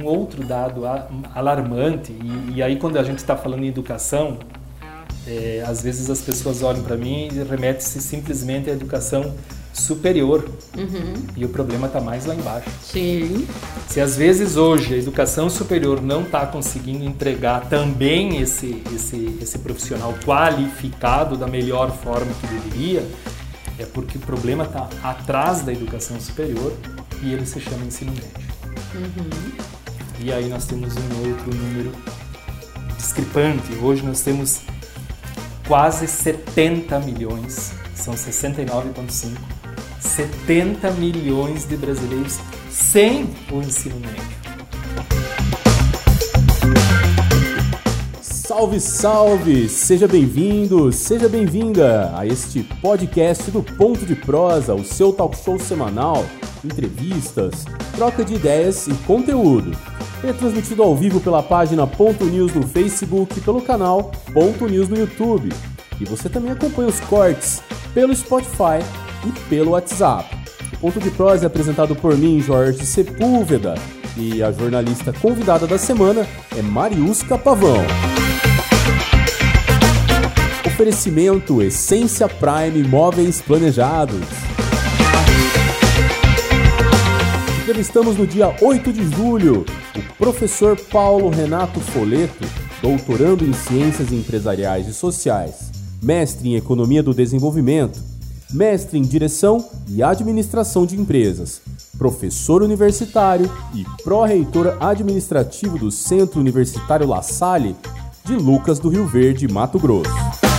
outro dado alarmante, e aí quando a gente está falando em educação, às vezes as pessoas olham para mim e remetem-se simplesmente à educação superior. E o problema está mais lá embaixo. Sim. Se às vezes hoje a educação superior não está conseguindo entregar também esse profissional qualificado da melhor forma que deveria, é porque o problema está atrás da educação superior e ele se chama ensino médio. E aí nós temos um outro número discrepante. Hoje nós temos quase 70 milhões, são 69,5, 70 milhões de brasileiros sem o ensino médio. Salve, salve! Seja bem-vindo, seja bem-vinda a este podcast do Ponto de Prosa, o seu talk show semanal, entrevistas, troca de ideias e conteúdo. É transmitido ao vivo pela página Ponto News no Facebook e pelo canal Ponto News no YouTube. E você também acompanha os cortes pelo Spotify e pelo WhatsApp. O Ponto de Prosa é apresentado por mim, Jorge Sepúlveda, e a jornalista convidada da semana é Mariusca Pavão. Oferecimento Essência Prime Móveis Planejados. Entrevistamos no dia 8 de julho o professor Paulo Renato Foleto, doutorando em Ciências Empresariais e Sociais, mestre em Economia do Desenvolvimento, mestre em Direção e Administração de Empresas, professor universitário e pró-reitor administrativo do Centro Universitário La Salle de Lucas do Rio Verde, Mato Grosso.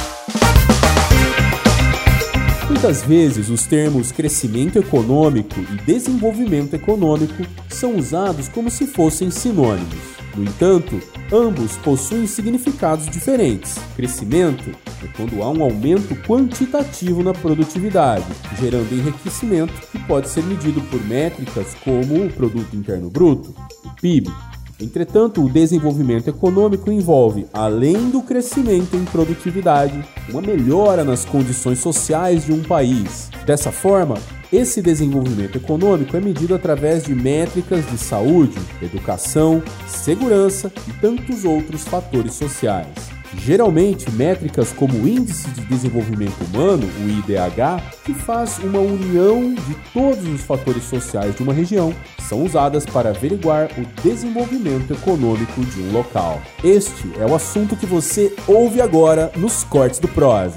Muitas vezes os termos crescimento econômico e desenvolvimento econômico são usados como se fossem sinônimos. No entanto, ambos possuem significados diferentes. Crescimento é quando há um aumento quantitativo na produtividade, gerando enriquecimento que pode ser medido por métricas como o Produto Interno Bruto, o PIB. Entretanto, o desenvolvimento econômico envolve, além do crescimento em produtividade, uma melhora nas condições sociais de um país. Dessa forma, esse desenvolvimento econômico é medido através de métricas de saúde, educação, segurança e tantos outros fatores sociais. Geralmente, métricas como o Índice de Desenvolvimento Humano, o IDH, que faz uma união de todos os fatores sociais de uma região, são usadas para averiguar o desenvolvimento econômico de um local. Este é o assunto que você ouve agora nos cortes do Prosa.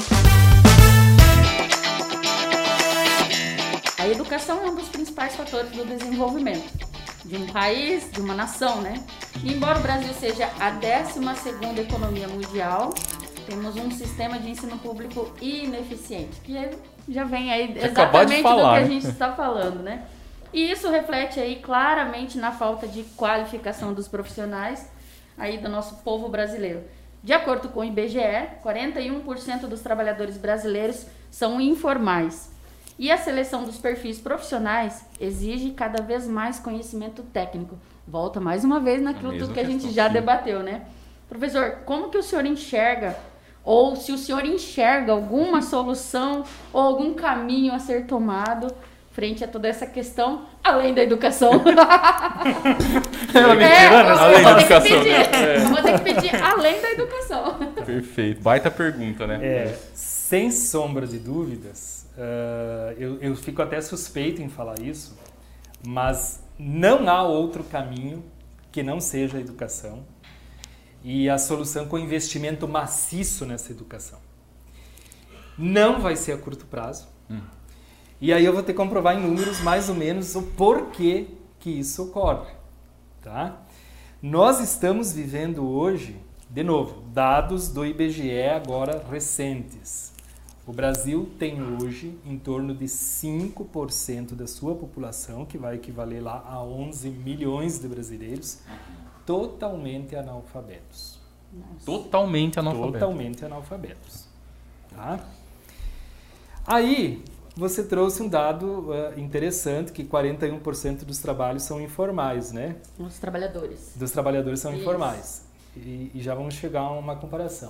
A educação é um dos principais fatores do desenvolvimento de um país, de uma nação, né? E embora o Brasil seja a 12ª economia mundial, temos um sistema de ensino público ineficiente, que já vem aí exatamente do que a gente está falando, né? E isso reflete aí claramente na falta de qualificação dos profissionais aí do nosso povo brasileiro. De acordo com o IBGE, 41% dos trabalhadores brasileiros são informais. E a seleção dos perfis profissionais exige cada vez mais conhecimento técnico. Volta mais uma vez naquilo tudo que a gente já debateu, né? Professor, como que o senhor enxerga, ou se o senhor enxerga alguma solução ou algum caminho a ser tomado frente a toda essa questão, além da educação? Além da educação. Eu vou ter que pedir além da educação. Perfeito. Baita pergunta, né? Sem sombra de dúvidas, eu fico até suspeito em falar isso, mas não há outro caminho que não seja a educação e a solução com investimento maciço nessa educação. Não vai ser a curto prazo. E aí eu vou ter que comprovar em números mais ou menos o porquê que isso ocorre. Tá? Nós estamos vivendo hoje, de novo, dados do IBGE agora recentes. O Brasil tem hoje em torno de 5% da sua população, que vai equivaler lá a 11 milhões de brasileiros, totalmente analfabetos. Nossa. Totalmente analfabetos. Totalmente analfabetos. Tá? Aí, você trouxe um dado interessante, que 41% dos trabalhos são informais, né? Os trabalhadores. Dos trabalhadores são Isso. informais. E já vamos chegar a uma comparação.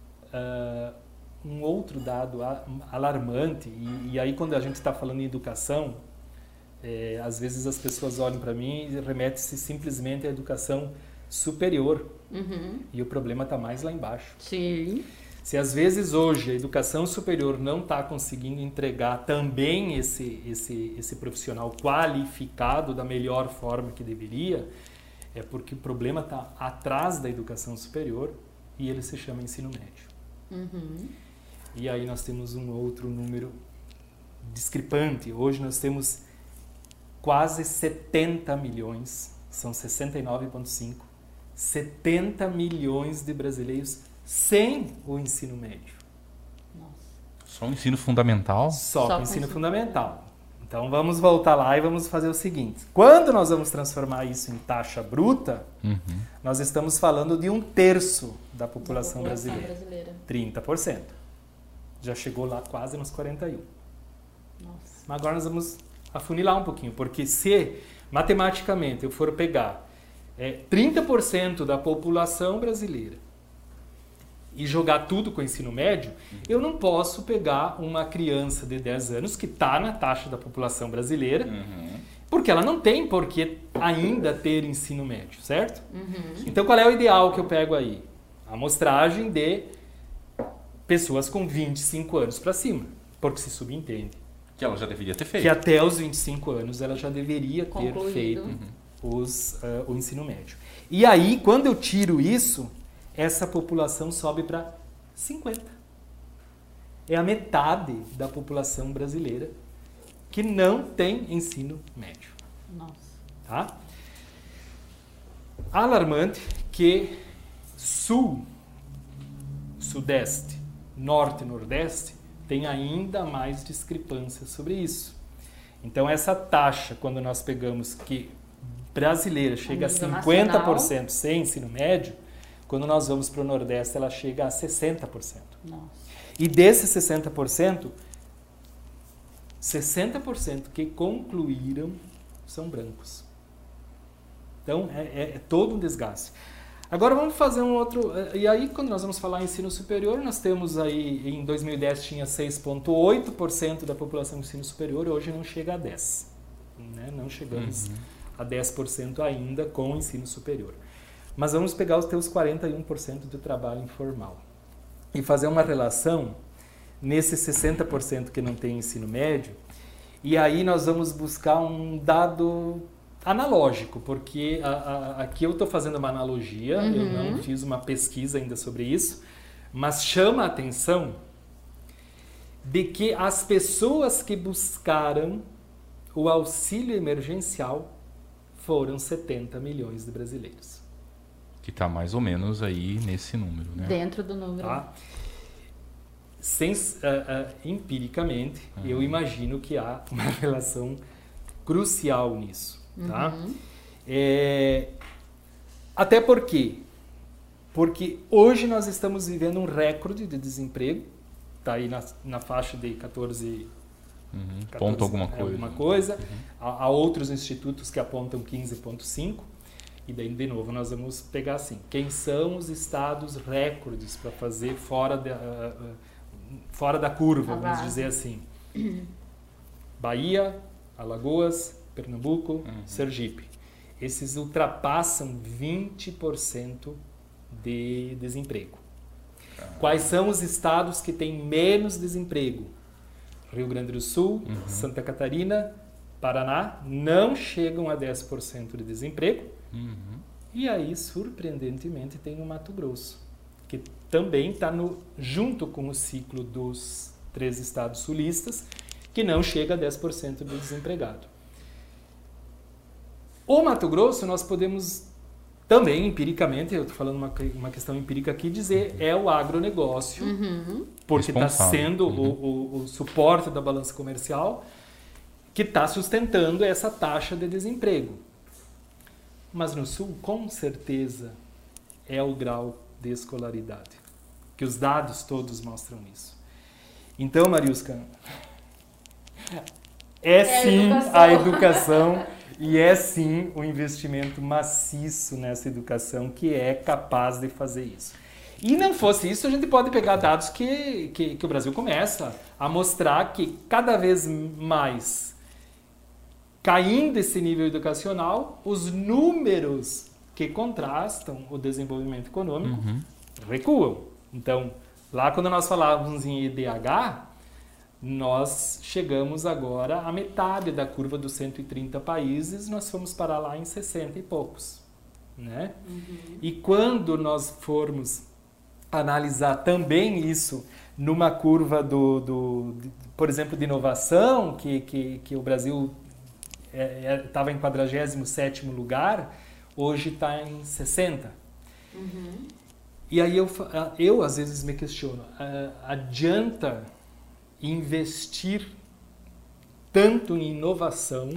Um outro dado alarmante, e aí quando a gente está falando em educação, às vezes as pessoas olham para mim e remetem-se simplesmente à educação superior. E o problema está mais lá embaixo. Sim. Se às vezes hoje a educação superior não está conseguindo entregar também esse profissional qualificado da melhor forma que deveria, é porque o problema está atrás da educação superior e ele se chama ensino médio. E aí nós temos um outro número discrepante. Hoje nós temos quase 70 milhões, são 69,5, 70 milhões de brasileiros sem o ensino médio. Nossa. Só o ensino fundamental? Só o ensino fundamental. Então vamos voltar lá e vamos fazer o seguinte. Quando nós vamos transformar isso em taxa bruta, nós estamos falando de 1/3 da população brasileira. 30%. Já chegou lá quase nos 41%. Nossa. Mas agora nós vamos afunilar um pouquinho, porque se matematicamente eu for pegar 30% da população brasileira e jogar tudo com o ensino médio, eu não posso pegar uma criança de 10 anos que está na taxa da população brasileira, porque ela não tem por que ainda ter ensino médio, certo? Então qual é o ideal que eu pego aí? A amostragem de pessoas com 25 anos para cima, porque se subentende que ela já deveria ter feito. Que até os 25 anos ela já deveria ter feito o ensino médio. E aí, quando eu tiro isso, essa população sobe para 50. É a metade da população brasileira que não tem ensino médio. Nossa. Tá? Alarmante que Sul, Sudeste, Norte e Nordeste tem ainda mais discrepâncias sobre isso. Então, essa taxa, quando nós pegamos que brasileira chega a 50% sem ensino médio, quando nós vamos para o Nordeste, ela chega a 60%. Nossa. E desses 60%, 60% que concluíram são brancos. Então, é todo um desgaste. Agora vamos fazer um outro... E aí, quando nós vamos falar em ensino superior, nós temos aí, em 2010 tinha 6,8% da população de ensino superior, hoje não chega a 10%. Né? Não chegamos a 10% ainda com o ensino superior. Mas vamos pegar os teus 41% do trabalho informal e fazer uma relação nesses 60% que não tem ensino médio, e aí nós vamos buscar um dado analógico, porque aqui eu estou fazendo uma analogia, eu não fiz uma pesquisa ainda sobre isso, mas chama a atenção de que as pessoas que buscaram o auxílio emergencial foram 70 milhões de brasileiros. Que está mais ou menos aí nesse número, né? Dentro do número. Tá? Empiricamente, eu imagino que há uma relação crucial nisso. Tá? Até porque hoje nós estamos vivendo um recorde de desemprego, está aí na faixa de 14 ponto alguma coisa. Há outros institutos que apontam 15,5. E daí, de novo, nós vamos pegar assim, quem são os estados recordes para fazer fora da curva, vamos dizer assim. Bahia, Alagoas, Pernambuco, Sergipe. Esses ultrapassam 20% de desemprego. Quais são os estados que têm menos desemprego? Rio Grande do Sul, Santa Catarina, Paraná, não chegam a 10% de desemprego. E aí, surpreendentemente, tem o Mato Grosso, que também está junto com o ciclo dos 3 estados sulistas, que não chega a 10% do desempregado. O Mato Grosso, nós podemos também, empiricamente, eu estou falando uma questão empírica aqui, dizer é o agronegócio, porque está sendo o suporte da balança comercial que está sustentando essa taxa de desemprego. Mas no Sul, com certeza, é o grau de escolaridade, que os dados todos mostram isso. Então, Mariuska, sim a educação e é sim o investimento maciço nessa educação que é capaz de fazer isso. E não fosse isso, a gente pode pegar dados que o Brasil começa a mostrar que cada vez mais caindo esse nível educacional, os números que contrastam o desenvolvimento econômico recuam. Então, lá quando nós falávamos em IDH, nós chegamos agora à metade da curva dos 130 países, nós fomos parar lá em 60 e poucos. Né? E quando nós formos analisar também isso numa curva por exemplo, de inovação, que o Brasil estava em 47º lugar, hoje está em 60. E aí eu às vezes me questiono, adianta investir tanto em inovação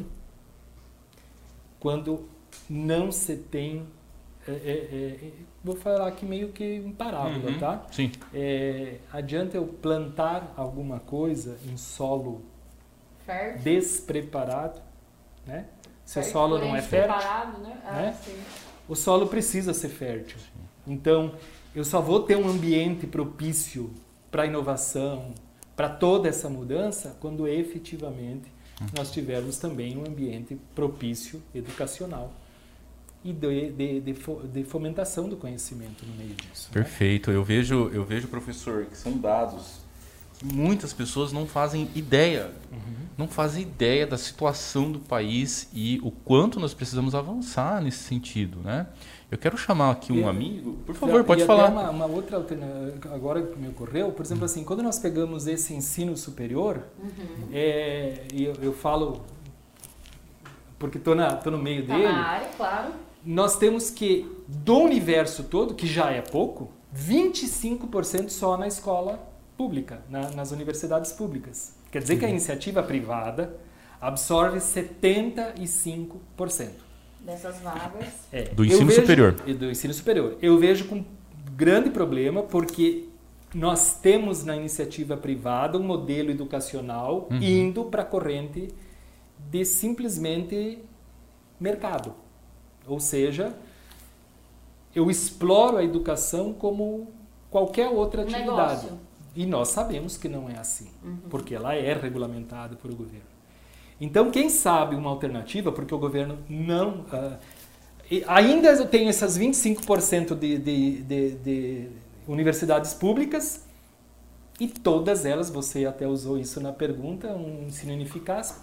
quando não se tem, vou falar aqui meio que em parábola, tá? Sim. Adianta eu plantar alguma coisa em solo fértil, despreparado, né? Se o fértil, solo não é fértil, né? O solo precisa ser fértil. Então, eu só vou ter um ambiente propício para a inovação, para toda essa mudança, quando efetivamente nós tivermos também um ambiente propício educacional e de fomentação do conhecimento no meio disso. Perfeito. Né? Eu vejo, professor, que são dados que muitas pessoas não fazem ideia. Não fazem ideia da situação do país e o quanto nós precisamos avançar nesse sentido, né? Eu quero chamar aqui um amigo. Por favor, pode falar. Até uma outra alternativa, agora que me ocorreu, por exemplo, assim, quando nós pegamos esse ensino superior, eu falo porque estou no meio dele. Na área, claro. Nós temos que, do universo todo, que já é pouco, 25% só na escola pública, nas universidades públicas. Quer dizer que a iniciativa privada absorve 75%. Dessas vagas. Do ensino superior. Do ensino superior. Eu vejo com grande problema porque nós temos na iniciativa privada um modelo educacional indo para a corrente de simplesmente mercado. Ou seja, eu exploro a educação como qualquer outra atividade. Negócio. E nós sabemos que não é assim, porque ela é regulamentada por o governo. Então, quem sabe uma alternativa, porque o governo não... ainda eu tenho essas 25% de universidades públicas e todas elas, você até usou isso na pergunta, um ensino ineficaz.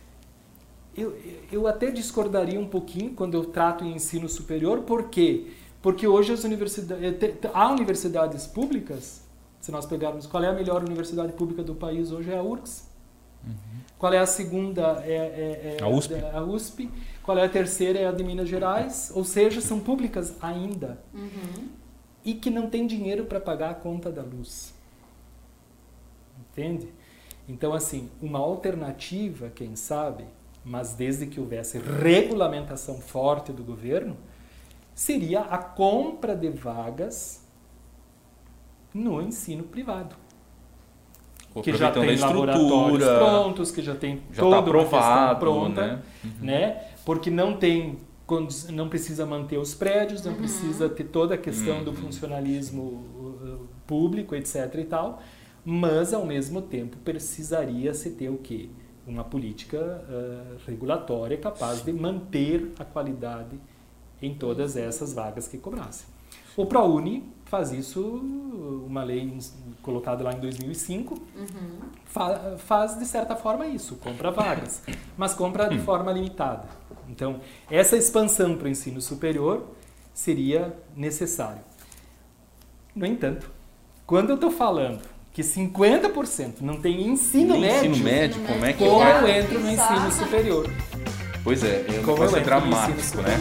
Eu até discordaria um pouquinho quando eu trato em ensino superior, por quê? Porque hoje há universidades públicas, se nós pegarmos qual é a melhor universidade pública do país hoje, é a URGS. Qual é a segunda? A USP. Qual é a terceira? É a de Minas Gerais. Ou seja, são públicas ainda. E que não tem dinheiro para pagar a conta da luz. Entende? Então, assim, uma alternativa, quem sabe, mas desde que houvesse regulamentação forte do governo, seria a compra evagas no ensino privado. Que já tem laboratórios prontos, que já tem toda uma questão pronta, né? Porque não precisa manter os prédios, não precisa ter toda a questão do funcionalismo público, etc. e tal, mas ao mesmo tempo precisaria se ter o quê? Uma política regulatória capaz de manter a qualidade em todas essas vagas que cobrassem. O ProUni faz isso, uma lei colocada lá em 2005, faz de certa forma isso, compra vagas, mas compra de forma limitada. Então, essa expansão para o ensino superior seria necessário. No entanto, quando eu estou falando que 50% não tem ensino médio, como é que como eu entro no ensino superior? Pois é um negócio dramático, né?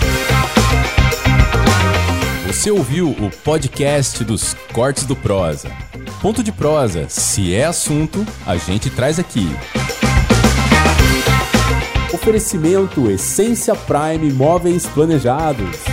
Você ouviu o podcast dos Cortes do Prosa. Ponto de prosa, se é assunto, a gente traz aqui. Oferecimento Essência Prime Móveis Planejados.